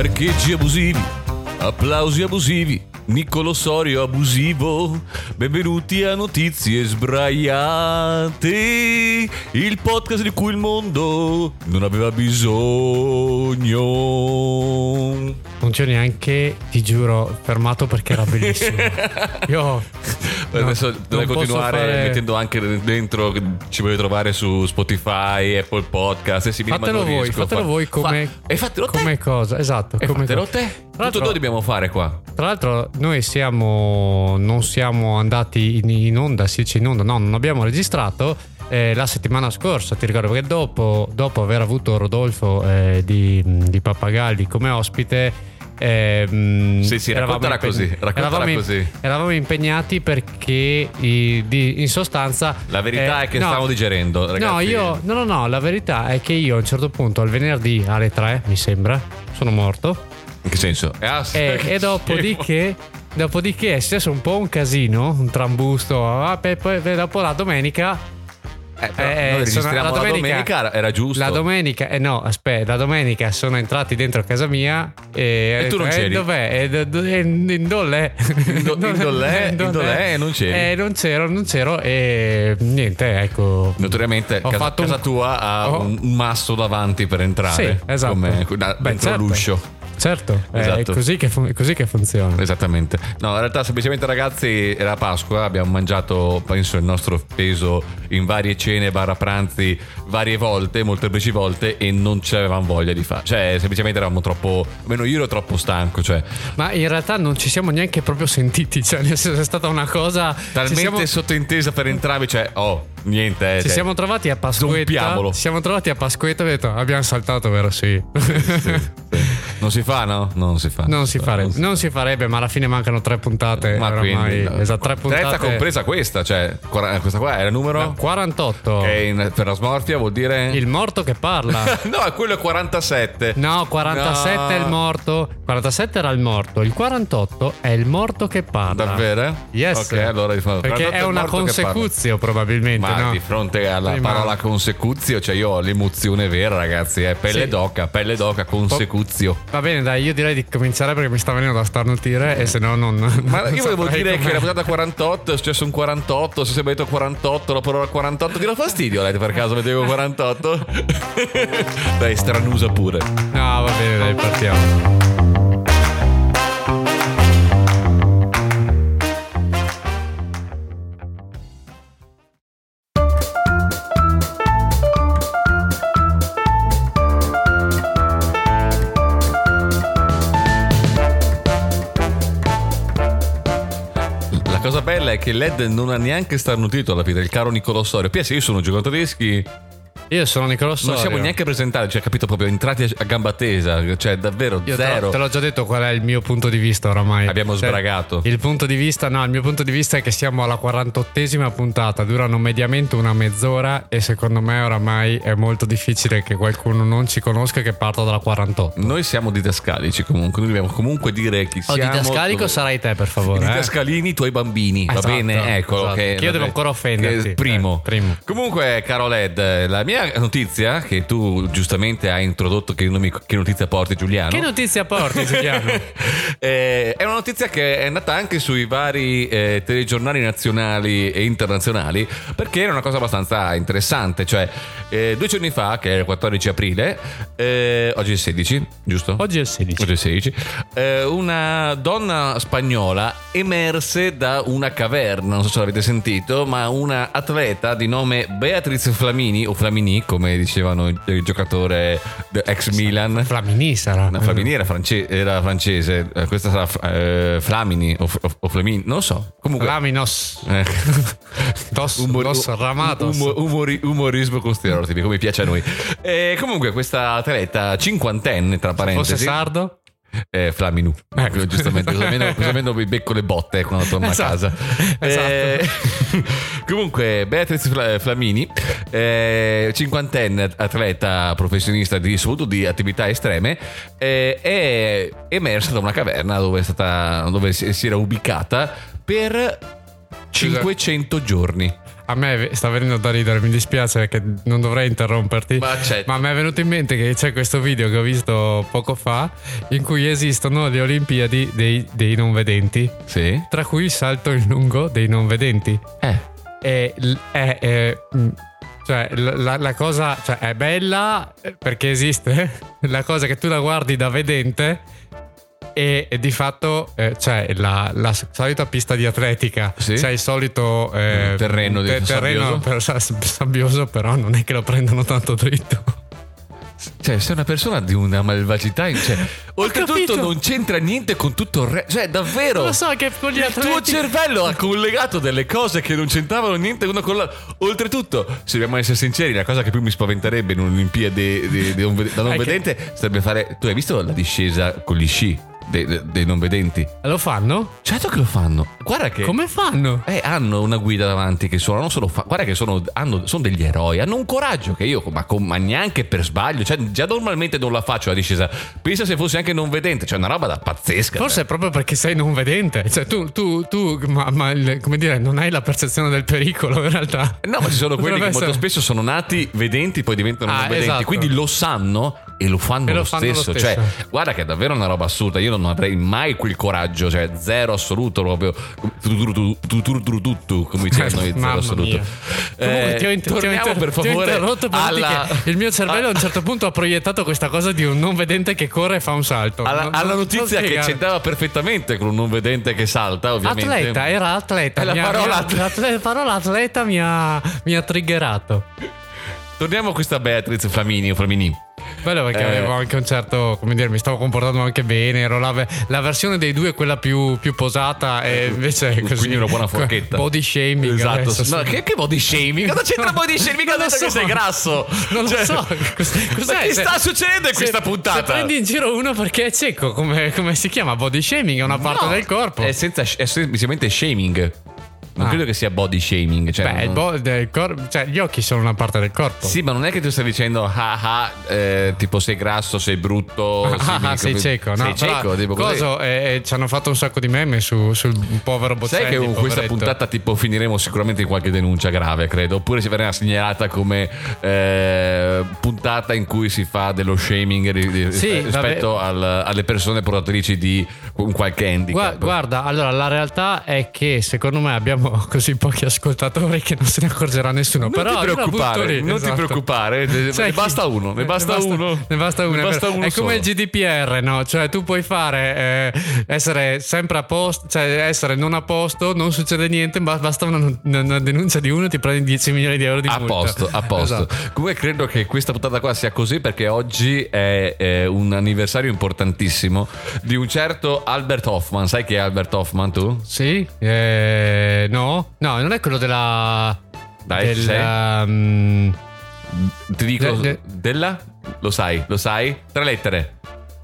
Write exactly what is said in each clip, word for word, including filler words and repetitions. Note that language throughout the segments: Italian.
parcheggi abusivi, applausi abusivi, Niccolo Sorio abusivo. Benvenuti a Notizie Sbraiate, il podcast di cui il mondo non aveva bisogno. Non c'è neanche, ti giuro, fermato perché era bellissimo. Io adesso no, dovrei continuare fare... mettendo anche dentro che ci puoi trovare su Spotify, Apple Podcast. E si fatelo voi, riesco, fatelo fa... voi come, fa... e fatelo come te. cosa, esatto. E come fatelo cosa. te. Tutto noi dobbiamo fare qua. Tra l'altro noi siamo non siamo andati in, in onda, si dice in onda, no, non abbiamo registrato eh, la settimana scorsa, ti ricordo, perché dopo, dopo aver avuto Rodolfo eh, di, di Pappagalli come ospite, eh, sì sì raccontala impegn- così raccontala eravamo, così eravamo impegnati perché i, di, in sostanza la verità eh, è che no, stavo digerendo, ragazzi. no io no no no la verità è che io a un certo punto al venerdì alle tre mi sembra sono morto. In che senso? Ah, sì, e, e dopodiché dopodiché è successo un po' un casino, un trambusto, ah, poi, poi dopo la domenica Eh, però eh, noi registriamo sono, la, domenica, la domenica era giusto. La domenica, eh no, aspetta, la domenica sono entrati dentro casa mia e, e tu non eh, c'eri. Dov'è? E, e, in dollè. In dollè, in dollè e non c'eri. Eh, non c'ero, non c'ero e niente, ecco. Notoriamente casa, fatto casa un... tua ha oh. un masso davanti per entrare. Sì, esatto. Come da, Beh, dentro certo. l'uscio. Certo, esatto. è così che, fun- così che funziona. Esattamente. No, in realtà semplicemente ragazzi era Pasqua, abbiamo mangiato penso il nostro peso in varie cene barra pranzi varie volte, molteplici volte e non ci avevamo voglia di fare. Cioè semplicemente eravamo troppo, almeno io ero troppo stanco, cioè. Ma in realtà non ci siamo neanche proprio sentiti, cioè nel senso è stata una cosa talmente siamo... sottointesa per entrambi, cioè oh, niente. Eh, ci cioè, siamo trovati a Pasquetta. Ci siamo trovati a Pasquetta e ho detto abbiamo saltato, vero? Sì. sì, sì. Non si fa, no? Non si fa. Non si farebbe, non si, non si farebbe, ma alla fine mancano tre puntate. Ma oramai, quindi, no. Esatto, tre puntate. Terza compresa questa, cioè questa qua era il numero no, quarantotto. Che in, per la smorfia vuol dire il morto che parla. No, quello è quarantasette. No, quarantasette no. È il morto. quarantasette era il morto. Il quarantotto è il morto che parla. Davvero? Yes. Ok, allora perché è una consecuzio probabilmente. Ma no? di fronte alla Prima... parola consecuzio, cioè io ho l'emozione vera, ragazzi. È pelle sì. d'oca, pelle d'oca, consecuzio. Va bene, dai, io direi di cominciare perché mi sta venendo da starnutire e se no non. Ma non io volevo dire com'è. che la puntata quarantotto è successo un quarantotto. Se si è detto quarantotto, la parola quarantotto, ti dà fastidio, lei per caso vedevo quarantotto? Dai, stranusa pure. No, va bene, dai, partiamo. La cosa bella è che Led non ha neanche starnutito alla fine, il caro Niccolo Sorio. P S io sono un giocatore tedeschi. Io sono Niccolo Sorio. Non siamo neanche presentati, cioè capito, proprio entrati a gamba tesa, cioè davvero Io zero. Te, te l'ho già detto qual è il mio punto di vista oramai. Abbiamo cioè, sbragato. Il punto di vista, no, il mio punto di vista è che siamo alla quarantottesima puntata, durano mediamente una mezz'ora e secondo me oramai è molto difficile che qualcuno non ci conosca che parta dalla quarantotto. Noi siamo didascalici comunque, noi dobbiamo comunque dire chi oh, siamo. Didascalico dove... sarai te per favore. I didascalini, i tuoi bambini, esatto, va bene? Eccolo esatto. che, che io devo ancora offenderti. Che primo. Eh, primo. Comunque, caro Led, la mia notizia che tu giustamente hai introdotto, che, nomi, che notizia porti Giuliano? Che notizia porti Giuliano? eh, è una notizia che è andata anche sui vari eh, telegiornali nazionali e internazionali, perché era una cosa abbastanza interessante. Cioè eh, due giorni fa, che è il quattordici aprile, eh, oggi è il sedici, giusto? Oggi è il sedici. Oggi è il sedici. Eh, una donna spagnola emerse da una caverna, non so se l'avete sentito, ma una atleta di nome Beatriz Flamini o Flamini come dicevano il giocatore ex Milan. Flamini sarà. No, Flamini era, france- era francese, eh, questa sarà eh, Flamini o, o, o Flamini, non lo so. Comunque Flaminos. Eh. Dos, Umor- dos Ramatos. Um- umori- umorismo con stereotipi, come piace a noi. E comunque questa atleta cinquantenne, tra parentesi. Fosse sardo? Eh, Flaminu, ecco, giustamente, così almeno, così almeno mi becco le botte quando torno esatto. a casa. Esatto. Eh, comunque, Beatriz Flamini, eh, cinquantenne atleta professionista di, soprattutto di attività estreme, eh, è emersa da una caverna dove è stata, dove si, si era ubicata per cinquecento giorni. a me sta venendo da ridere, mi dispiace perché non dovrei interromperti, ma, ma mi è venuto in mente che c'è questo video che ho visto poco fa in cui esistono le Olimpiadi dei, dei non vedenti, sì, tra cui il salto in lungo dei non vedenti. Eh. E è, è, cioè la, la cosa, cioè, è bella perché esiste la cosa che tu la guardi da vedente e, e di fatto eh, c'è la, la solita pista di atletica, sì, c'è il solito eh, terreno, te, di terreno per, sabbioso, però non è che lo prendono tanto dritto. Cioè, sei una persona di una malvagità, cioè, oltretutto non c'entra niente con tutto il resto. Cioè, davvero, lo so che con gli il atleti... tuo cervello ha collegato delle cose che non c'entravano niente uno con l'altro. Oltretutto, se dobbiamo essere sinceri, la cosa che più mi spaventerebbe in un'Olimpiade di, di un, da non vedente che... sarebbe fare. Tu hai visto la discesa con gli sci dei, dei, dei non vedenti? Lo fanno? Certo che lo fanno. Guarda che come fanno? Eh, hanno una guida davanti che sono non solo fa- guarda che sono, hanno, sono degli eroi, hanno un coraggio che io ma, ma neanche per sbaglio, cioè già normalmente non la faccio la discesa, pensa se fossi anche non vedente, cioè una roba da pazzesca. Forse è proprio perché sei non vedente, cioè tu, tu, tu ma, ma come dire, non hai la percezione del pericolo in realtà. No, ma ci sono quelli che essere... molto spesso sono nati vedenti poi diventano ah, non vedenti, esatto. quindi lo sanno e lo fanno, e lo lo, fanno stesso. lo stesso, cioè guarda che è davvero una roba assurda, io non avrei mai quel coraggio, cioè zero assoluto proprio, come dicevano noi, zero assoluto. Eh, ti ho inter- torniamo ti ho inter- per favore ti ho interrotto per alla... che il mio cervello a un certo punto ha proiettato questa cosa di un non vedente che corre e fa un salto alla, non, alla non notizia che c'entrava perfettamente con un non vedente che salta, ovviamente. Atleta, era atleta, è la parola, mia, atleta. la parola atleta mi ha, mi ha triggerato. Torniamo a questa Beatrice Flamini Flamini. Bello perché eh. avevo anche un certo, come dire, mi stavo comportando anche bene, ero la, la versione dei due quella più, più posata e invece così, quindi una buona forchetta, body shaming, esatto. Adesso, no, che, che body shaming? Cosa c'entra no, body shaming? Ho detto so. Che sei grasso, non cioè, lo so. Cos'è? Ma che sta succedendo in se, questa puntata? Se prendi in giro uno perché è cieco, come, come si chiama? Body shaming è una parte no, del corpo, è, senza, è semplicemente shaming. Non ah. credo che sia body shaming, cioè, beh, non... il bo- del cor- cioè gli occhi sono una parte del corpo. Sì, ma non è che tu stai dicendo ah ah eh, tipo sei grasso, sei brutto, ah, sei, ah, sei cieco, no? sei cieco, tipo così. Coso, eh, ci hanno fatto un sacco di meme su, sul povero Bozzelli. Sai che con questa poveretto. puntata tipo finiremo sicuramente in qualche denuncia grave, credo, oppure si verrà segnalata come eh, puntata in cui si fa dello shaming di, di, sì, rispetto al, alle persone portatrici di un qualche handicap. Guarda, allora la realtà è che secondo me abbiamo così pochi ascoltatori che non se ne accorgerà nessuno. Non Però ti preoccupare, lì, non esatto. ti preoccupare, ne, cioè, ne basta uno, ne basta, ne basta uno, ne basta uno. Ne basta uno è solo. come il G D P R, no? Cioè tu puoi fare eh, essere sempre a posto, cioè essere non a posto, non succede niente, basta una, una denuncia di uno e ti prendi dieci milioni di euro di a multa. Posto, a posto. Esatto. Comunque credo che questa puntata qua sia così perché oggi è, è un anniversario importantissimo di un certo Albert Hoffman. Sai chi è Albert Hoffman tu? Sì, eh, no, no, non è quello della. Dai, della, um, ti dico de, de, della? Lo sai, lo sai? Tre lettere.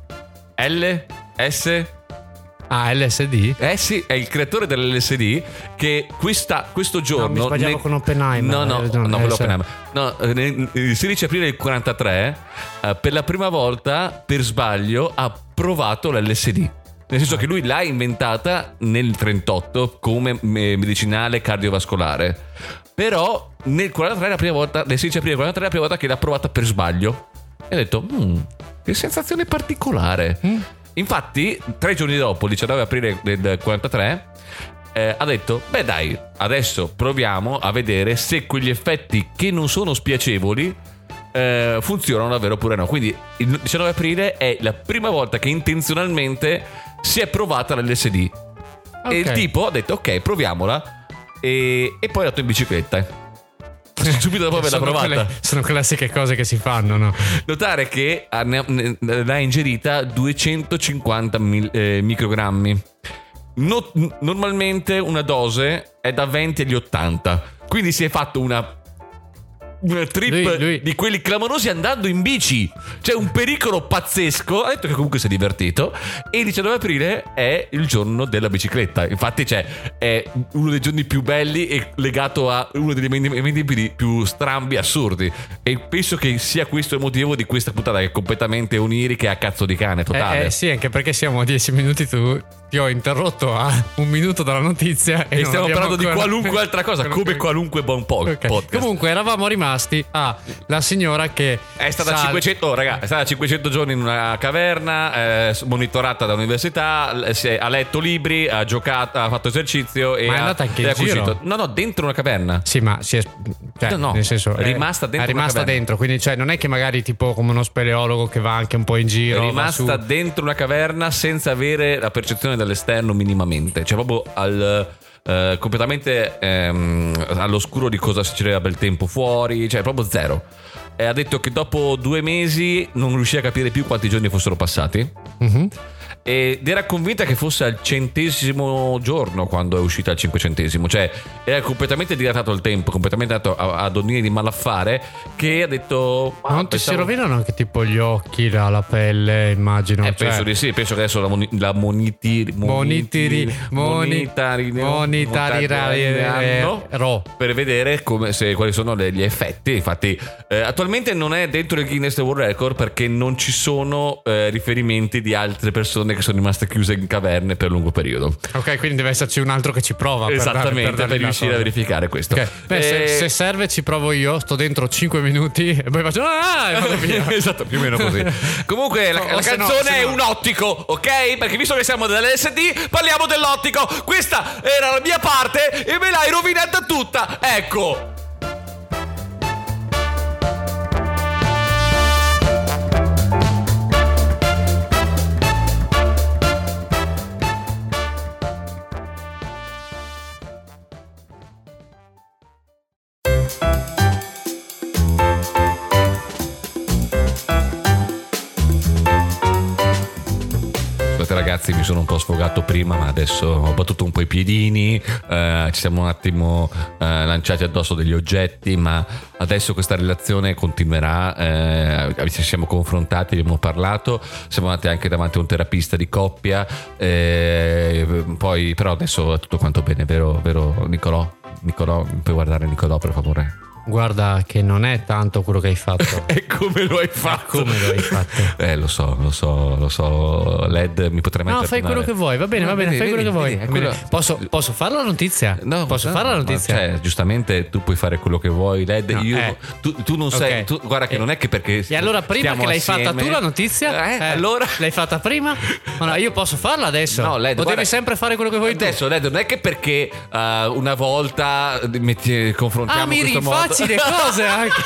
L S Ah, L S D? Eh sì, è il creatore dell'L S D che questa, questo giorno... No, mi sbagliavo nel, con Oppenheimer. No, no, no, no, quello S- Oppenheimer. No, nel, il sedici aprile del quarantatré, eh, per la prima volta, per sbaglio, ha provato l'L S D. Nel senso ah. che lui l'ha inventata nel trentotto come medicinale cardiovascolare. Però nel quarantatré è la prima volta, nel sedici aprile del quarantatré è la prima volta che l'ha provata per sbaglio. E ha detto, mm, che sensazione particolare. Mm. Infatti, tre giorni dopo, il diciannove aprile del quarantatré, eh, ha detto, beh dai, adesso proviamo a vedere se quegli effetti che non sono spiacevoli eh, funzionano davvero oppure no. Quindi il diciannove aprile è la prima volta che intenzionalmente si è provata l'L S D. Okay. E il tipo ha detto, ok, proviamola. E, e poi è andato in bicicletta. Subito dopo averla provata. Quelle, sono classiche cose che si fanno, no? Notare che l'ha ingerita duecentocinquanta mil, eh, microgrammi. No, normalmente una dose è da venti agli ottanta. Quindi si è fatto una un trip lui, lui. di quelli clamorosi andando in bici. C'è un pericolo pazzesco. Ha detto che comunque si è divertito. E il diciannove aprile è il giorno della bicicletta. Infatti c'è è uno dei giorni più belli e legato a uno degli eventi più strambi, assurdi. E penso che sia questo il motivo di questa puntata, che è completamente onirica e a cazzo di cane totale. Eh, eh, sì, anche perché siamo a dieci minuti, tu ti ho interrotto a un minuto dalla notizia e, e stiamo parlando ancora... di qualunque altra cosa, come qualunque buon po- okay. podcast. Comunque eravamo rimasti a la signora che è stata sal... cinquecento, oh, raga, è stata cinquecento giorni in una caverna, eh, monitorata da università, ha letto libri, ha giocato, ha fatto esercizio e ma è ha, andata anche in ha giro? Cucito. No, no, dentro una caverna. Sì, ma si è, cioè, no, no, nel senso è rimasta dentro. È rimasta dentro, quindi cioè non è che magari tipo come uno speleologo che va anche un po' in giro. È rimasta dentro una caverna senza avere la percezione dall'esterno minimamente. Cioè proprio al eh, completamente ehm, all'oscuro di cosa succedeva bel tempo fuori, cioè proprio zero. E ha detto che dopo due mesi non riusciva a capire più quanti giorni fossero passati. Mm-hmm. Ed era convinta che fosse al centesimo giorno quando è uscita al cinquecentesimo, cioè era completamente dilatato il tempo, completamente dato a, a donine di malaffare, che ha detto ma non ti pensavo... si rovinano anche tipo gli occhi, la, la pelle, immagino. Eh, cioè... penso di sì, penso che adesso la, moni- la monitiri monitiri monitari monitari per vedere come, se, quali sono le, gli effetti. Infatti eh, attualmente non è dentro il Guinness World Record perché non ci sono eh, riferimenti di altre persone che sono rimaste chiuse in caverne per lungo periodo. Ok, quindi deve esserci un altro che ci prova. Esattamente, per, per, per riuscire a verificare questo. Okay. Beh, e... se, se serve ci provo io, sto dentro cinque minuti e poi faccio ah, e vado via. Esatto, più o meno così. Comunque la, la canzone no, è no. un ottico, ok? Perché visto che siamo dell'L S D, parliamo dell'ottico. Questa era la mia parte e me l'hai rovinata tutta. Ecco. Ragazzi, mi sono un po' sfogato prima, ma adesso ho battuto un po' i piedini, eh, ci siamo un attimo eh, lanciati addosso degli oggetti, ma adesso questa relazione continuerà, eh, ci siamo confrontati, abbiamo parlato, siamo andati anche davanti a un terapista di coppia, eh, poi però adesso è tutto quanto bene, vero, vero Nicolò? Nicolò, puoi guardare Nicolò per favore? Guarda che non è tanto quello che hai fatto. E come lo hai fatto? Come lo hai fatto? Eh lo so, lo so, lo so. Led mi potrei mettere. No, fai quello che vuoi, va bene, va bene, fai quello che vuoi. Quello... Posso, posso fare la notizia? No, posso no, fare la notizia? Cioè, giustamente tu puoi fare quello che vuoi, Led. No, io, eh. tu, tu non sei. Okay. Tu, guarda che eh. non è che perché. E allora prima che l'hai assieme... fatta tu la notizia? Eh, eh, allora. L'hai fatta prima? Ma no, io posso farla adesso. No, Led, o guarda, devi sempre fare quello che vuoi adesso, tu? Led, non è che perché uh, una volta metti, confrontiamo ah, mi questo rifacci modo. le cose anche.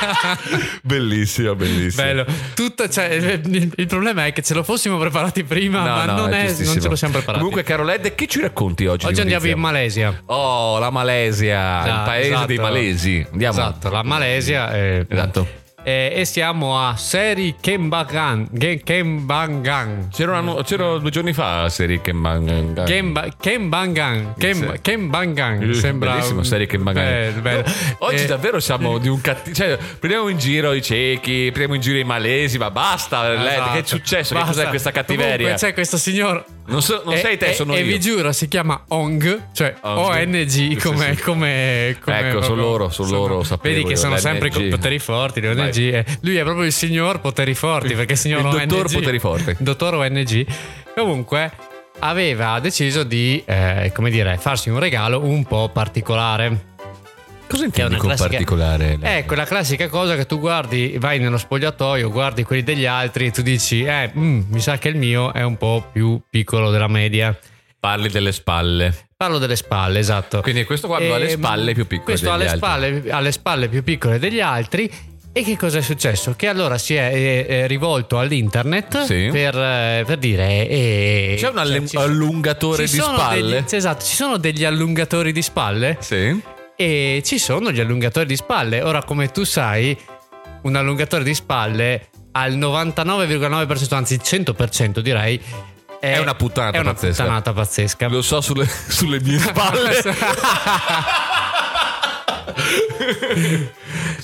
Bellissimo, bellissimo. Bello. Tutto, cioè, il, il problema è che ce lo fossimo preparati prima, no, ma no, non, è è, non ce lo siamo preparati. Comunque, caro Led, che ci racconti oggi? Oggi andiamo in Malesia. Oh, la Malesia, Già, il paese esatto. dei malesi. Andiamo. Esatto, la Malesia. È... Esatto. E, e siamo a Seri Kembangan. Kembangan. C'era, una, c'era due giorni fa a Seri Kembangan. Kembangan. Kembangan. Sembra bellissimo Seri Kembangan. Bello, bello. Oggi eh, davvero siamo di un cattivo. Cioè, prendiamo in giro i cechi, prendiamo in giro i malesi, ma basta. Esatto. Che è successo? Basta. Che cos'è questa cattiveria? Comunque c'è questo signor. Non, so, non e, sei te, e, sono e io. E vi giuro, si chiama Ong, cioè O N G come, sì, sì. come, come ecco, sono loro, sono loro. Vedi che sono sempre con poteri forti. Le O N G. Eh. Lui è proprio il signor poteri forti perché il signor il O N G. dottor poteri forti. Dottor O N G. Comunque aveva deciso di, eh, come dire, farsi un regalo un po' particolare. Cosa intendi con classica, particolare? È quella classica cosa che tu guardi, vai nello spogliatoio, guardi quelli degli altri e tu dici, eh, mm, mi sa che il mio è un po' più piccolo della media. Parli delle spalle. Parlo delle spalle, esatto. Quindi questo quando ha le spalle più piccole questo degli ha le altri. spalle, ha le spalle più piccole degli altri. E che cosa è successo? Che allora si è eh, rivolto all'internet sì. per, eh, per dire eh, c'è un all- cioè, allungatore ci di spalle? Degli, esatto, ci sono degli allungatori di spalle. Sì. E ci sono gli allungatori di spalle. Ora, come tu sai, un allungatore di spalle al novantanove virgola nove per cento, anzi cento per cento direi, è, è una puttanata è una pazzesca. puttanata pazzesca. Lo so sulle, sulle mie spalle.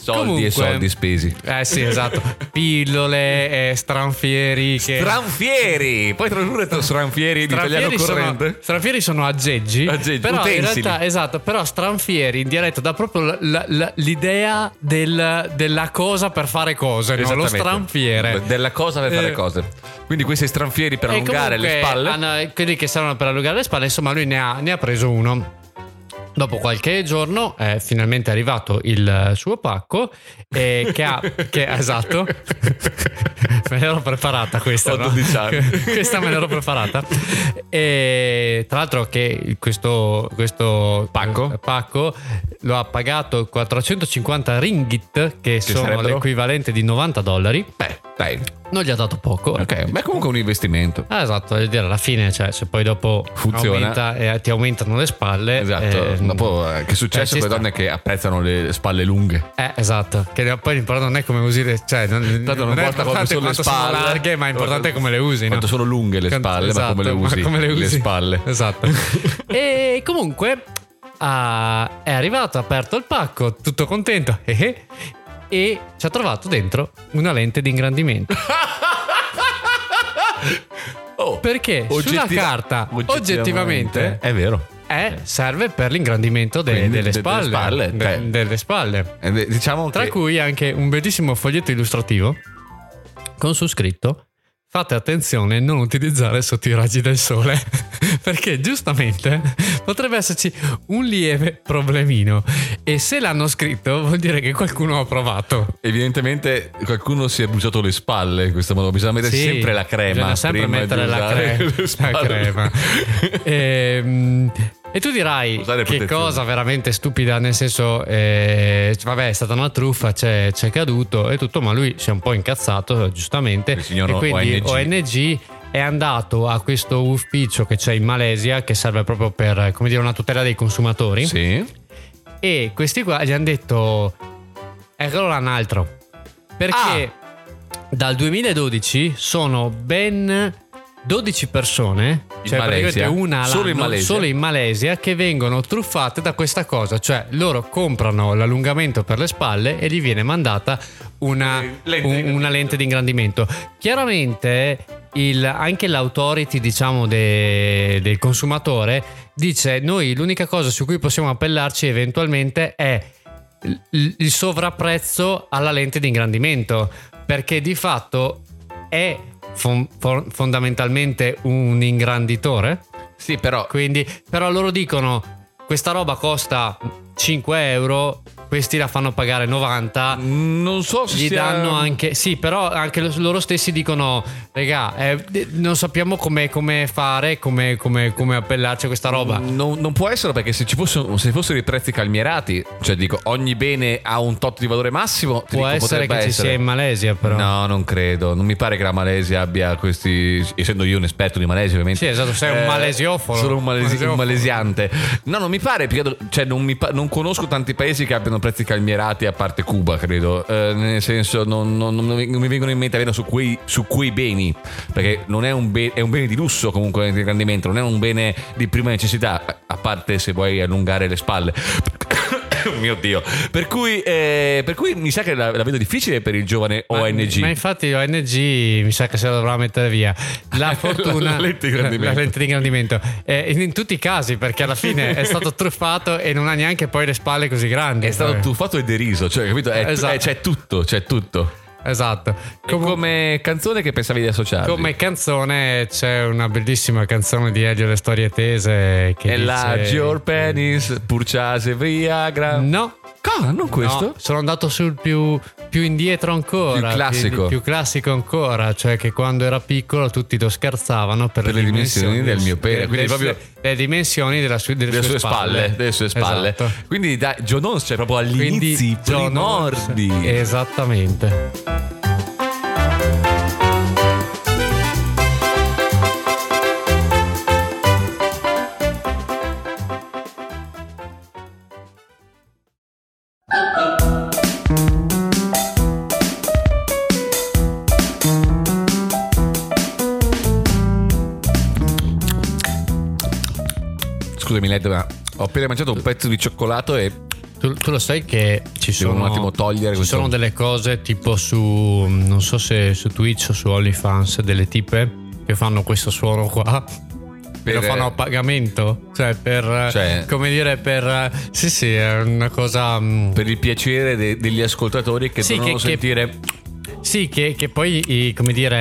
Soldi Comunque, e soldi spesi. Eh sì, esatto. Pillole, eh, stranfieri. Che... Stranfieri! Puoi tradurre tu stranfieri in italiano corrente? Sono, stranfieri sono aggeggi. Aggeggi, però utensili. in realtà, esatto, però stranfieri in dialetto dà proprio la, la, la, l'idea del, della cosa per fare cose, no? Lo stranfiere. Della cosa per fare Eh. cose. Quindi questi stranfieri per allungare le spalle. Hanno, quelli che servono per allungare le spalle, insomma, lui ne ha, ne ha preso uno. Dopo qualche giorno è finalmente arrivato il suo pacco eh, che ha che, esatto me l'ero preparata questa, Ho no? dodici anni. Questa me l'ero preparata e tra l'altro che questo, questo Pacco? pacco lo ha pagato quattrocentocinquanta ringgit che, che sono sarebbero? l'equivalente di novanta dollari. Beh, dai. Non gli ha dato poco. Ok, ma è comunque un investimento. Ah, esatto, voglio dire, alla fine, cioè, se poi dopo Funziona. aumenta e ti aumentano le spalle. Esatto. eh, Dopo eh, che è successo eh, a ci quelle donne che apprezzano le spalle lunghe. Eh, esatto. Che poi l'importante non è come usi le, cioè, non, Tanto non non è importa quanto importante sono le quanto sono spalle, larghe, ma è importante come le usi, no? Quanto sono lunghe le Quanto- spalle, esatto, ma come le usi. ma come le usi. spalle. Esatto. E comunque ah, è arrivato, ha aperto il pacco, tutto contento. eh, eh, E ci ha trovato dentro una lente di ingrandimento. Oh, Perché sulla oggettiva- carta, oggettivamente, è vero. eh, serve per l'ingrandimento de- Quindi, delle de- delle spalle. spalle, de- cioè. delle spalle. Ed è- diciamo Tra che cui anche un bellissimo foglietto illustrativo con su scritto: fate attenzione a non utilizzare sotto i raggi del sole, perché giustamente potrebbe esserci un lieve problemino, e se l'hanno scritto vuol dire che qualcuno ha provato. evidentemente qualcuno si è bruciato le spalle in questo modo. Bisogna mettersi Sì, sempre la crema. bisogna sempre prima mettere di la, usare cre- le la spalle. crema. Ehm, E tu dirai Usare che protezione. cosa veramente stupida, nel senso, eh, vabbè, è stata una truffa, c'è, c'è caduto e tutto, ma lui si è un po' incazzato, giustamente. Il signor E quindi O N G. O N G è andato a questo ufficio che c'è in Malesia, che serve proprio per, come dire, una tutela dei consumatori. Sì. E questi qua gli hanno detto: eccolo là un altro. Perché dal duemiladodici sono ben dodici persone, In cioè praticamente Malesia? una Solo all'anno, in Malesia? solo in Malesia, che vengono truffate da questa cosa. Cioè loro comprano l'allungamento per le spalle e gli viene mandata una Lente un- di una lente di ingrandimento. Chiaramente il, anche l'autority, diciamo, de- del consumatore dice: noi l'unica cosa su cui possiamo appellarci eventualmente è il, il sovrapprezzo alla lente di ingrandimento, perché di fatto è fon- fon- fondamentalmente un ingranditore. Sì, però Quindi, però loro dicono: questa roba costa cinque euro, questi la fanno pagare novanta. non so se Gli sia... danno anche, sì, però anche lo- loro stessi dicono: regà, eh, non sappiamo come, come fare, come, come, come appellarci a questa roba. Non, non può essere, perché se ci fossero, se fossero i prezzi calmierati, cioè dico, ogni bene ha un tot di valore massimo. ti Può dico, essere potrebbe che ci essere. sia in Malesia, però. No, non credo. Non mi pare che la Malesia abbia questi. Essendo io un esperto di Malesia, ovviamente. Sì, esatto, sei un malesiofolo. Sono un, malesi- Malesiofolo. un malesiante. No, non mi pare. perché- Cioè, non, mi pa- non conosco tanti paesi che abbiano prezzi calmierati, a parte Cuba, credo. Eh, nel senso, non, non- non mi non mi vengono in mente almeno su quei, su quei beni. Perché non è un, be- è un bene di lusso, comunque, di ingrandimento. Non è un bene di prima necessità. A parte se vuoi allungare le spalle. Mio Dio. Per cui, eh, per cui mi sa che la, la vedo difficile per il giovane Ma- O N G. Ma infatti l'O N G mi sa che se la dovrà mettere via. La fortuna, La lente di ingrandimento. la lente di ingrandimento. Eh, in, in tutti i casi, perché alla fine è stato truffato e non ha neanche poi le spalle così grandi. È stato Poi. tuffato e deriso, cioè, capito? È, Esatto. è- c'è tutto, c'è tutto. Esatto. E come canzone che pensavi di associarti? Come canzone c'è una bellissima canzone di Elio Le Storie Tese che E dice... la Your Penis, Purchase Viagra. No. Cosa? Non questo? No, sono andato sul più, più indietro ancora. Più classico. Più, più classico ancora. Cioè che quando era piccolo tutti lo scherzavano per, Per le dimensioni del mio pene, le- quindi le, proprio- le dimensioni della sue, delle, Delle sue spalle, delle sue spalle. Esatto. Quindi da John Jones c'è proprio all'inizio, Quindi i John primordi. Holmes. Esattamente. Scusami Led, ma ho appena mangiato un pezzo di cioccolato e Tu, tu lo sai che ci Devo sono un attimo togliere ci questo. sono delle cose tipo su, non so se su Twitch o su OnlyFans, delle tipe che fanno questo suono qua. Per- Lo fanno a pagamento, cioè per Cioè- come dire, per sì sì, è una cosa mm, Per il piacere de- degli ascoltatori che Sì, devono che- che- sentire. sì, che, che poi i- come dire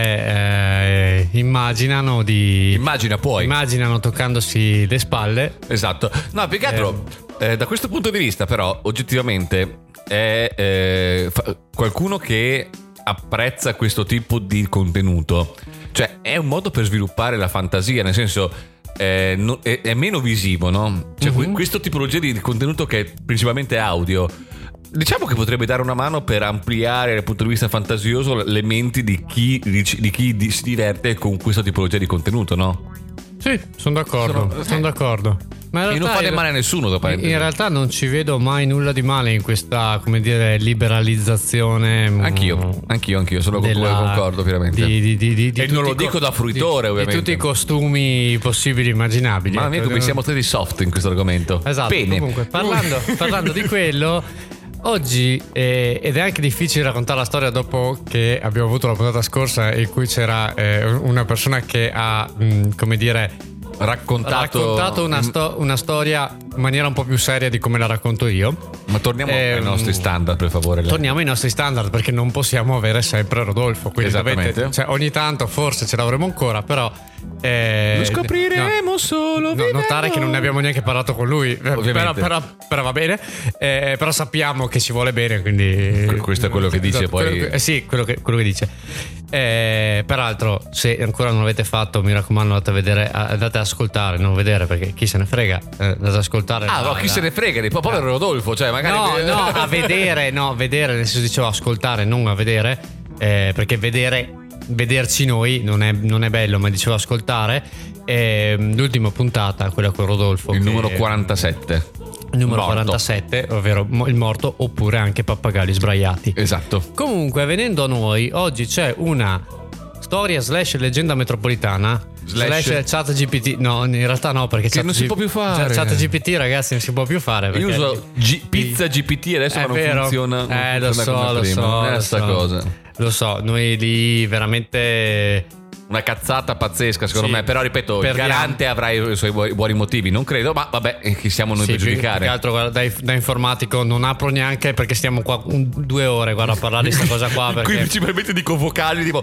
eh, immaginano di Immagina poi. immaginano toccandosi le spalle. Esatto. No, più che altro, eh, da questo punto di vista, però, oggettivamente, è eh, fa- qualcuno che apprezza questo tipo di contenuto. Cioè, è un modo per sviluppare la fantasia, nel senso. eh, no- è, è meno visivo, no? Cioè, que- Mhm. questo tipologia di contenuto che è principalmente audio. Diciamo che potrebbe dare una mano per ampliare dal punto di vista fantasioso le menti di chi, di chi di- si diverte con questa tipologia di contenuto, no? Sì, sono d'accordo, Sono- sono, eh. d'accordo. Ma in E non realtà- fare male a nessuno, da In in realtà non ci vedo mai nulla di male in questa, come dire, liberalizzazione. mm, Anch'io, anch'io, anch'io, sono con della- voi, concordo pienamente. Di, di, di, di, di E non tutti lo i dico da fruitore, di- ovviamente. Di tutti i costumi possibili e immaginabili. Mamma mia, Ecco, come siamo stati soft in questo argomento. Esatto. Bene. Comunque, parlando, parlando di quello, oggi, eh, ed è anche difficile raccontare la storia dopo che abbiamo avuto la puntata scorsa in cui c'era eh, una persona che ha, mh, come dire, Raccontato, raccontato una, sto- una storia in maniera un po' più seria di come la racconto io. Ma torniamo ai Ehm, nostri standard, per favore. Torniamo ai nostri standard perché non possiamo avere sempre Rodolfo. Quindi Esattamente. dovete- cioè, ogni tanto forse ce l'avremo ancora, però. eh, Lo scopriremo no, solo no, vivendo. notare che non ne abbiamo neanche parlato con lui. eh, Però, Ovviamente. però, però va bene. Eh, però sappiamo che ci vuole bene. Quindi. Questo è quello che dice, Esatto, poi- quello che- eh sì, quello che, quello che dice. Eh, peraltro, se ancora non l'avete fatto, mi raccomando, andate a vedere, andate ad ascoltare, non vedere perché chi se ne frega. eh, Andate ad ascoltare. Ah, la- no, chi la- se ne frega di povero Rodolfo, cioè magari. No, no, a vedere, no, vedere, nel senso dicevo ascoltare, non a vedere, eh, perché vedere, vederci noi non è, non è bello, ma dicevo ascoltare. Eh, l'ultima puntata, quella con Rodolfo. Il che- numero quarantasette. il numero Morto. quarantasette, ovvero mo- il morto, oppure anche pappagalli sbraiati. Esatto. Comunque, venendo a noi, oggi c'è una storia slash leggenda metropolitana Slash- slash chat G P T. No, in realtà no, perché Che chat non si G- può più fare. Chat G P T, ragazzi, non si può più fare. Io perché- uso G- Pizza G P T adesso, È ma non vero. funziona. non Eh, lo funziona so, come lo prima. so, Non è lo la sta so. cosa. Lo so, noi lì veramente. Una cazzata pazzesca, secondo Sì. me. Però ripeto, Perdiamo. il garante avrà i suoi buoni buoni motivi. Non credo, ma vabbè, eh, chi siamo noi Sì, per più- giudicare? più che altro, guarda, da, da informatico non apro neanche perché stiamo qua un- due ore guarda, a parlare di questa cosa qua. Qui Perché principalmente dico vocali tipo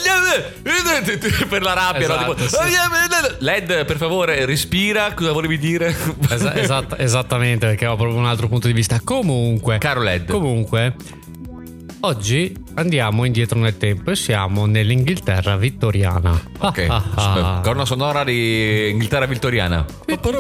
per la rabbia, no? Esatto, Tipo, Led, per favore, respira. Cosa volevi dire? Esa- esatt- esattamente, perché ho proprio un altro punto di vista. Comunque, Caro Led. comunque, oggi andiamo indietro nel tempo e siamo nell'Inghilterra vittoriana. Ok, Ah, ah, ah. corna sonora di Inghilterra vittoriana. ecco,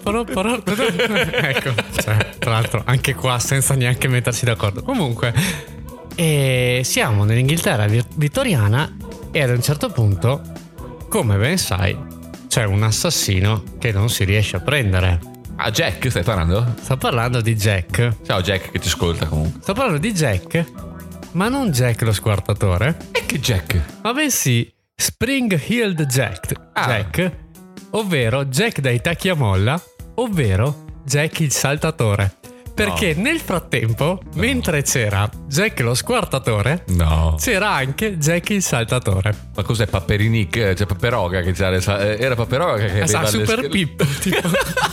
cioè, tra l'altro anche qua senza neanche mettersi d'accordo. Comunque, eh, siamo nell'Inghilterra vi- vittoriana e ad un certo punto, come ben sai, c'è un assassino che non si riesce a prendere. Ah, Jack, stai parlando? Sto parlando di Jack. Ciao Jack, che ti ascolta comunque. Sto parlando di Jack, ma non Jack lo squartatore, E che Jack? ma bensì Spring Heeled Jack, Ah. Jack, ovvero Jack dai tacchi a molla, ovvero Jack il saltatore. Perché nel frattempo, mentre c'era Jack lo squartatore, No. c'era anche Jack il saltatore. Ma cos'è Paperinic? Cioè Paperoga che c'era. eh, Era Paperoga che Esatto, aveva le Super schede- Pippo, tipo.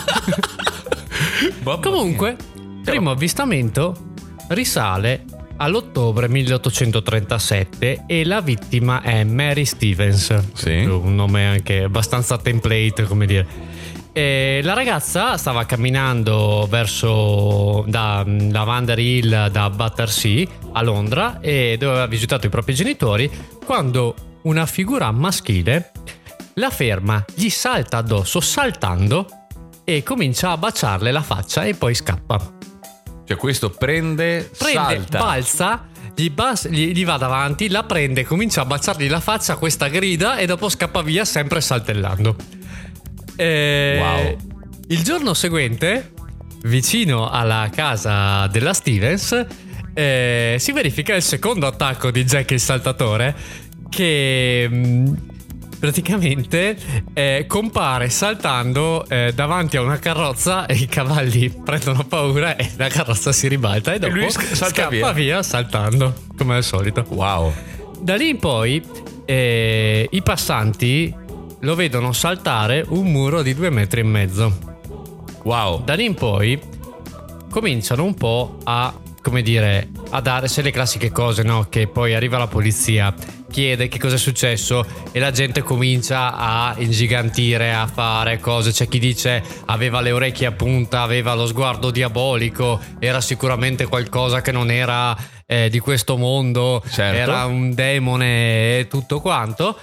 Mamma Comunque, primo avvistamento risale all'ottobre milleottocentotrentasette e la vittima è Mary Stevens. Sì. Un nome anche abbastanza template, come dire. E la ragazza stava camminando verso da Lavender Hill da Battersea a Londra e dove aveva visitato i propri genitori quando una figura maschile la ferma, gli salta addosso saltando e comincia a baciarle la faccia e poi scappa. Cioè questo prende, Prende, salta. balza, gli, bas- gli, gli va davanti, la prende, comincia a baciargli la faccia, questa grida e dopo scappa via sempre saltellando. E Wow. Il giorno seguente, vicino alla casa della Stevens, eh, si verifica il secondo attacco di Jack il saltatore che mh, praticamente eh, compare saltando eh, davanti a una carrozza e i cavalli prendono paura e la carrozza si ribalta e dopo e lui salta scappa via. via saltando come al solito. Wow. Da lì in poi eh, i passanti lo vedono saltare un muro di due metri e mezzo. Wow. Da lì in poi cominciano un po' a, come dire, a dare se le classiche cose, no? Che poi arriva la polizia, chiede che cosa è successo e la gente comincia a ingigantire, a fare cose. C'è chi dice aveva le orecchie a punta, aveva lo sguardo diabolico, era sicuramente qualcosa che non era eh, di questo mondo, certo. Era un demone e tutto quanto.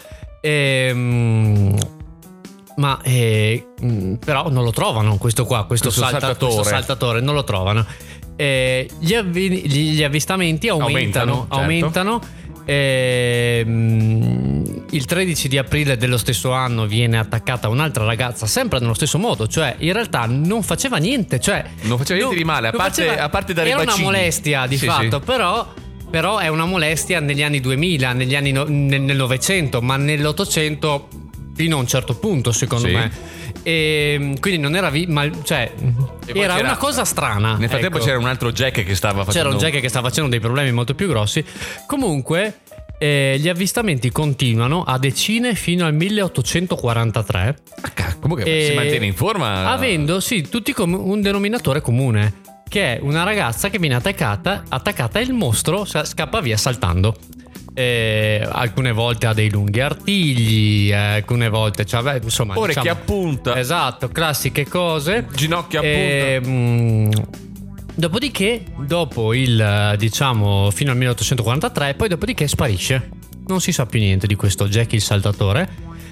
Ehm Ma eh, però non lo trovano questo qua, questo, questo, salta, saltatore. questo saltatore, non lo trovano. Eh, gli, avvi- gli avvistamenti aumentano, aumentano, aumentano. Eh, il tredici di aprile dello stesso anno viene attaccata un'altra ragazza, sempre nello stesso modo, cioè in realtà non faceva niente, cioè non faceva niente non, di male, a parte, faceva, a parte dare era bacini. una molestia di sì, fatto, sì. però però è una molestia negli anni duemila, negli anni no, nel, nel Novecento, ma nell'Ottocento fino a un certo punto, secondo sì. me. E quindi non era vi- ma, cioè era una cosa strana. Nel frattempo ecco. C'era un altro Jack che stava facendo. C'era un Jack che stava facendo dei problemi molto più grossi. Comunque eh, gli avvistamenti continuano a decine fino al milleottocentoquarantatré. Ah, comunque E si mantiene in forma. Avendo sì tutti com- un denominatore comune, che è una ragazza che viene attaccata attaccata e il mostro scappa via saltando. Eh, alcune volte ha dei lunghi artigli, eh, alcune volte cioè, beh, insomma, orecchie diciamo, a punta. esatto, classiche cose, Ginocchia a eh, punta. mh, dopodiché dopo il diciamo fino al milleottocentoquarantatré poi dopodiché sparisce, non si sa più niente di questo Jack il saltatore.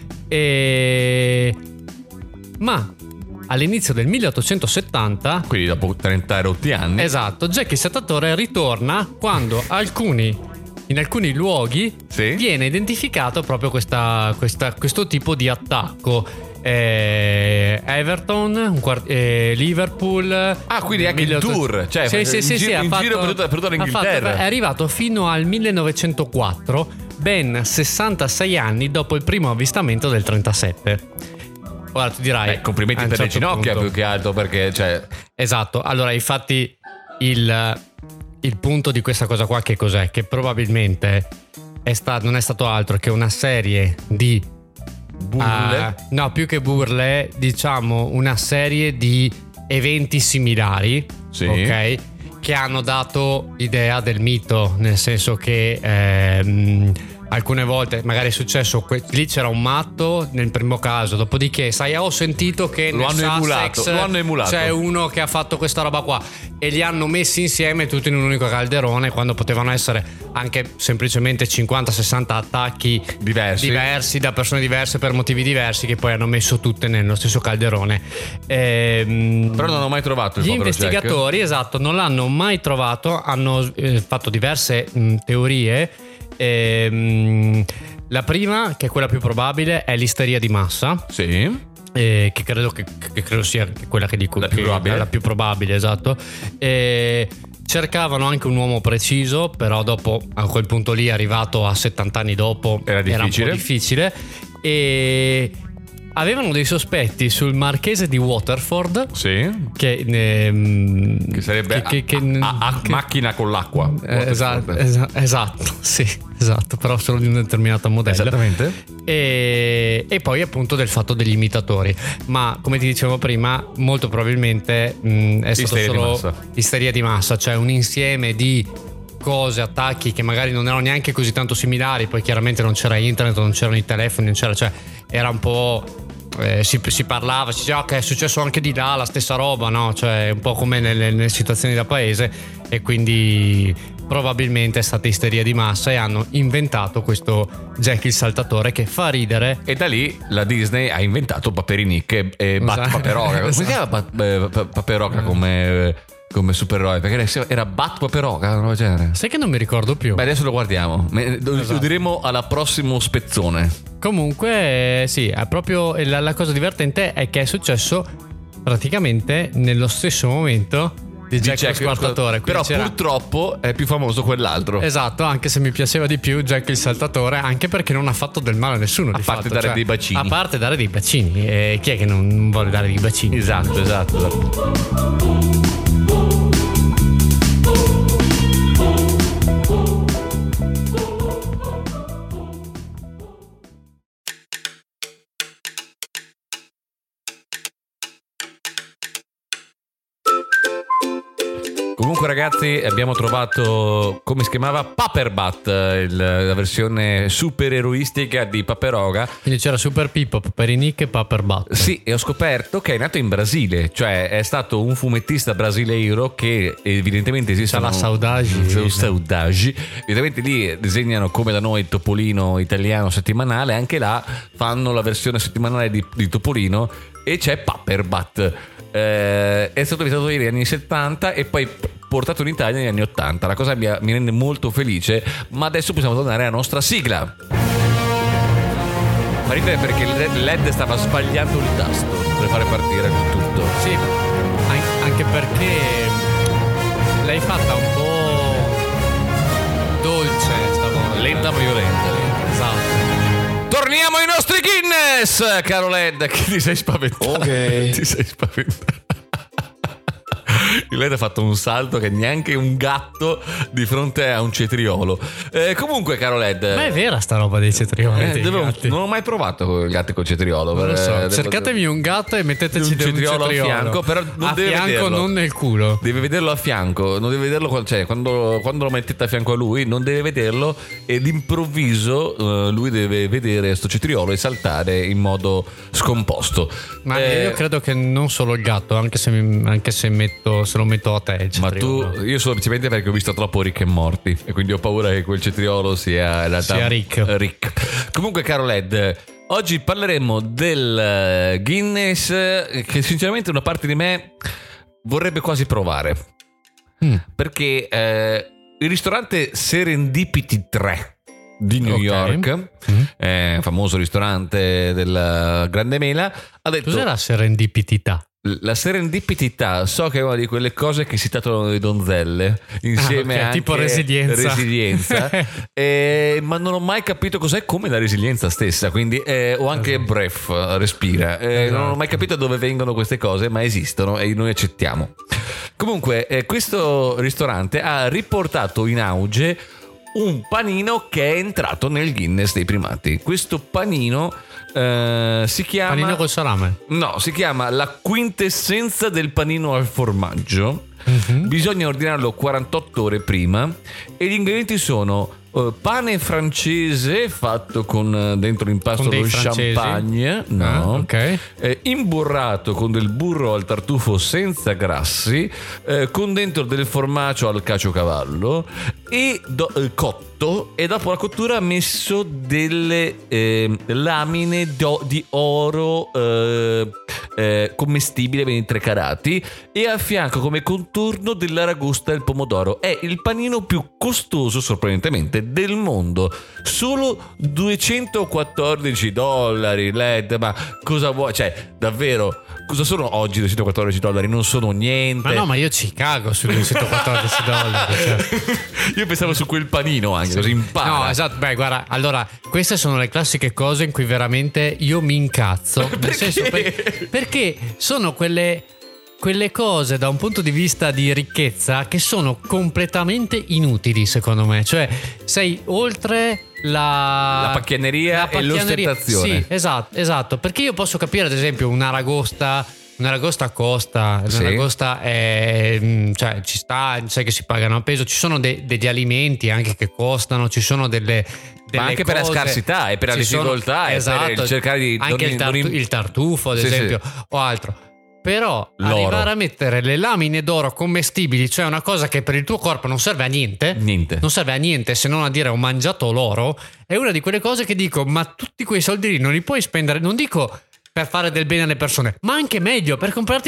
E... ma all'inizio del milleottocentosettanta, quindi dopo trenta rotti anni, esatto, Jack il saltatore ritorna quando alcuni in alcuni luoghi sì. viene identificato proprio questa, questa, questo tipo di attacco. Eh, Everton, un quart- eh, Liverpool. Ah, quindi anche il tour, cioè sì, sì, in, sì, giro, sì, ha in fatto, giro per tutta, per tutta ha l'Inghilterra. fatto, è arrivato fino al millenovecentoquattro, ben sessantasei anni dopo il primo avvistamento del trentasette. Ora tu dirai, Beh, complimenti a un per certo le ginocchia punto. più che altro, perché cioè Esatto, allora infatti il, il punto di questa cosa qua che cos'è? Che probabilmente è sta- non è stato altro che una serie di burle. uh, no, più che burle, diciamo una serie di eventi similari, Sì. ok? Che hanno dato idea del mito, nel senso che ehm, alcune volte magari è successo que- lì c'era un matto nel primo caso, dopodiché sai ho sentito che Lo nel hanno Sussex emulato, lo hanno emulato. c'è uno che ha fatto questa roba qua e li hanno messi insieme tutti in un unico calderone, quando potevano essere anche semplicemente cinquanta sessanta attacchi Diversi. diversi da persone diverse per motivi diversi, che poi hanno messo tutte nello stesso calderone. Ehm, Però non ho mai trovato il gli povero investigatori, Jack. esatto, non l'hanno mai trovato, hanno eh, fatto diverse mh, teorie. Ehm, la prima, che è quella più probabile, è l'isteria di massa. Sì. Eh, che credo che, che credo sia quella che dico La più che probabile. è la più probabile, esatto. Eh, cercavano anche un uomo preciso, però dopo a quel punto lì, arrivato a settanta anni dopo, Era difficile. un po' difficile. E avevano dei sospetti sul marchese di Waterford, Sì. che, ehm, Che sarebbe che- che- a, a- a- che- macchina con l'acqua. eh, esatto, esa- esatto, sì, esatto, però solo di un determinato modello. Esattamente. E, e poi appunto del fatto degli imitatori. Ma come ti dicevo prima, molto probabilmente mh, è stato Isteria di solo massa. isteria di massa, cioè un insieme di cose, attacchi che magari non erano neanche così tanto similari. Poi chiaramente non c'era internet, non c'erano i telefoni, non c'era, cioè era un po'... Eh, si, si parlava, si diceva che è successo anche di là la stessa roba, no? Cioè un po' come nelle, nelle situazioni da paese, e quindi probabilmente è stata isteria di massa e hanno inventato questo Jack il saltatore che fa ridere. E da lì la Disney ha inventato Paperinik e, e Bat Esatto. Paperoga. Come si Esatto. chiama Bat, eh, Pa- Paperoga come, come supereroe? Perché era Bat Paperoga, una roba del genere. Sai che non mi ricordo più. Beh, adesso lo guardiamo. Me- Lo Esatto. lo diremo alla prossimo spezzone. Comunque, eh, sì, è proprio la, la cosa divertente è che è successo praticamente nello stesso momento di Jack, Jack lo Saltatore. Però c'era... purtroppo è più famoso quell'altro. Esatto, anche se mi piaceva di più Jack il Saltatore, anche perché non ha fatto del male a nessuno. A di parte fatto. dare cioè, dei bacini. A parte dare dei bacini. E chi è che non vuole dare dei bacini? Esatto, esatto, esatto. Comunque ragazzi, abbiamo trovato, come si chiamava, Paperbat, il, la versione super eroistica di Paperoga. Quindi c'era Super Pippo, Paperinik e Paperbat. Sì, e ho scoperto che è nato in Brasile, cioè è stato un fumettista brasileiro che evidentemente esistono... La Saudagi. Saudagi. Evidentemente lì disegnano come da noi il Topolino italiano settimanale, anche là fanno la versione settimanale di, di Topolino e c'è Paperbat. Eh, è stato vietato negli anni settanta e poi portato in Italia negli anni ottanta. La cosa mi, mi rende molto felice. Ma adesso possiamo tornare alla nostra sigla. Fa ridere perché il L E D stava sbagliando il tasto per fare partire il tutto. Sì, anche perché l'hai fatta un po' dolce stavolta. Lenta ma violenta. Esatto. Torniamo ai nostri Guinness, caro L E D. Che ti sei spaventato? Ok. Ti sei spaventato. Il L E D ha fatto un salto che neanche un gatto di fronte a un cetriolo. Eh, comunque, caro L E D, ma è vera sta roba dei cetrioli? eh, devo, non ho mai provato con i gatti col cetriolo. Non lo so. Devo, cercatemi un gatto e metteteci un del cetriolo, cetriolo a fianco, però non a deve fianco, vederlo. Non nel culo. Deve vederlo a fianco, non deve vederlo, cioè quando, quando lo mettete a fianco a lui non deve vederlo e d'improvviso uh, lui deve vedere sto cetriolo e saltare in modo scomposto. Ma eh, io credo che non solo il gatto, anche se, mi, anche se, metto, se lo metto a te il ma cetriolo. tu, io solo semplicemente perché ho visto troppo Rick e Morty e quindi ho paura che quel cetriolo sia in realtà sia Rick. Rick. Comunque, caro L E D, oggi parleremo del Guinness che sinceramente una parte di me vorrebbe quasi provare. Mm. Perché eh, il ristorante Serendipity tre di New okay. York, mm. eh, famoso ristorante della Grande Mela, ha detto... Cos'è la serendipitità? La serendipità, so che è una di quelle cose che si tatuano le donzelle insieme ah, okay, anche tipo resilienza, resilienza eh, ma non ho mai capito cos'è come la resilienza stessa, quindi eh, o anche esatto. breath, respira, eh, esatto. non ho mai capito dove vengono queste cose, ma esistono e noi accettiamo. Comunque eh, questo ristorante ha riportato in auge un panino che è entrato nel Guinness dei primati. Questo panino eh, si chiama... Panino col salame? No, si chiama la quintessenza del panino al formaggio. Mm-hmm. Bisogna ordinarlo quarantotto ore prima e gli ingredienti sono uh, pane francese fatto con dentro l'impasto con lo francesi? champagne, no, ah, okay. eh, imburrato con del burro al tartufo senza grassi, eh, con dentro del formaggio al caciocavallo e do, eh, cotto, e dopo la cottura ha messo delle eh, lamine do, di oro eh, eh, commestibile ben tre carati e a fianco come contorno dell'aragosta e il pomodoro. È il panino più costoso sorprendentemente del mondo, solo duecentoquattordici dollari. L E D, ma cosa vuoi? Cioè davvero, cosa sono oggi duecentoquattordici dollari? Non sono niente. Ma no, ma io ci cago sui duecentoquattordici dollari, cioè. Io pensavo su quel panino anche, sì. Così impara. No, esatto, beh guarda, allora queste sono le classiche cose in cui veramente io mi incazzo. Nel perché? senso per, perché sono quelle quelle cose da un punto di vista di ricchezza che sono completamente inutili secondo me. Cioè sei oltre la, la pacchianeria, la pacchianeria e l'ostentazione. Sì, esatto, esatto. Perché io posso capire ad esempio un'aragosta Un'aragosta costa, sì. Un'aragosta è, cioè ci sta, sai che si pagano a peso, ci sono de, degli alimenti anche che costano, ci sono delle, delle ma anche cose, per la scarsità e per la difficoltà sono, e esatto, per cercare di anche non, il, tartu, non... il tartufo ad sì, esempio sì. o altro. Però l'oro. Arrivare a mettere le lamine d'oro commestibili, cioè una cosa che per il tuo corpo non serve a niente, niente. non serve a niente se non a dire ho mangiato l'oro, è una di quelle cose che dico, ma tutti quei soldi lì non li puoi spendere, non dico per fare del bene alle persone, ma anche meglio per comprarti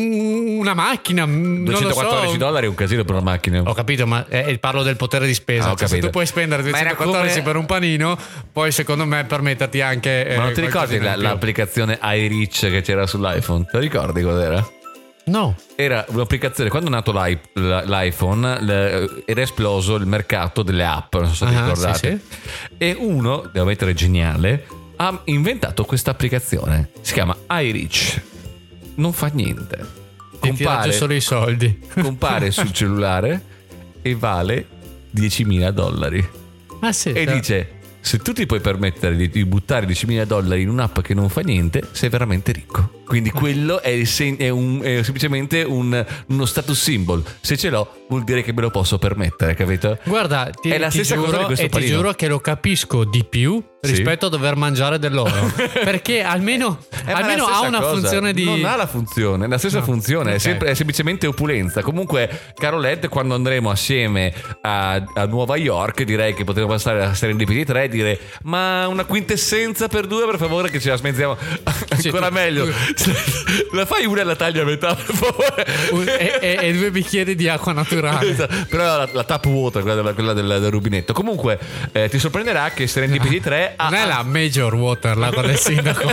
un, una macchina. duecentoquattordici so. dollari è un casino per una macchina. Ho capito, ma eh, parlo del potere di spesa. Ah, cioè, se tu puoi spendere duecentoquattordici come... per un panino, poi secondo me permetterti anche. Ma non eh, ti ricordi la, l'applicazione iRich che c'era sull'iPhone? Te lo ricordi cos'era? No. Era un'applicazione, quando è nato l'i- l'iPhone l- era esploso il mercato delle app, non so se Ah, vi ricordate. sì, E uno, devo mettere geniale, ha inventato questa applicazione. Si chiama iReach. Non fa niente. Ti tira giù solo i soldi. Compare sul cellulare e vale diecimila dollari. Ah sì. E cioè- dice: se tu ti puoi permettere di, di buttare diecimila dollari in un'app che non fa niente, sei veramente ricco. Quindi quello è, il sen- è, un, è semplicemente un, uno status symbol. Se ce l'ho, vuol dire che me lo posso permettere, capito? Guarda, ti, È la ti stessa giuro, cosa di questo e ti panino. giuro che lo capisco di più Sì. rispetto a dover mangiare dell'oro. Perché almeno, Eh, ma almeno è la ha stessa una cosa. funzione di. Non ha la funzione, è la stessa No. funzione, è, Ok. sempre- è semplicemente opulenza. Comunque, caro Led, quando andremo assieme a, a Nuova York, direi che potremo passare a Serendipity tre e dire: ma una quintessenza per due, per favore, che ce la smezziamo Sì, ancora tu- meglio. La fai una e la taglia a metà, per favore. Un- e, e- e due bicchieri di acqua naturale. Esatto. Però la, la tap water, quella, della- quella del, del rubinetto. Comunque, eh, ti sorprenderà che Serendipity tre ha. Non è la Major Water, l'acqua del sindaco.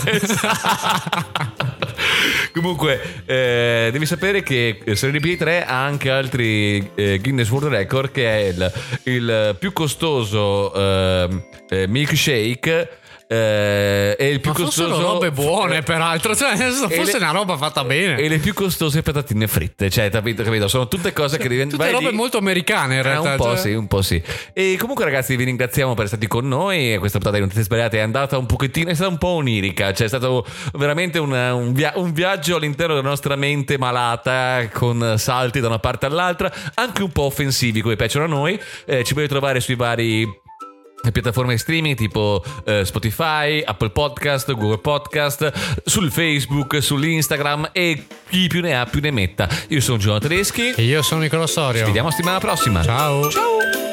Comunque, eh, devi sapere che Serendipity tre ha anche altri eh, Guinness World Record, che è il, il più costoso eh, eh, milkshake. Eh, e il più Ma fossero costoso robe buone, peraltro. Cioè, nel senso, E fosse le- una roba fatta bene. e le più costose patatine fritte. Cioè, capito? capito? Sono tutte cose che diventano. Tutte robe molto americane, in realtà. Eh, un po' cioè. sì, un po' sì. E comunque, ragazzi, vi ringraziamo per essere stati con noi. E questa puntata di Notizie Sbagliate è andata un pochettino, è stata un po' onirica. Cioè, è stato veramente una- un, via- un viaggio all'interno della nostra mente malata, con salti da una parte all'altra, anche un po' offensivi, come piacciono a noi. Eh, ci potete trovare sui vari piattaforme di streaming tipo eh, Spotify, Apple Podcast, Google Podcast, sul Facebook, sull'Instagram e chi più ne ha più ne metta. Io sono Giovanni Tedeschi. E io sono Nicola Sorio. Ci vediamo settimana prossima. Ciao. Ciao.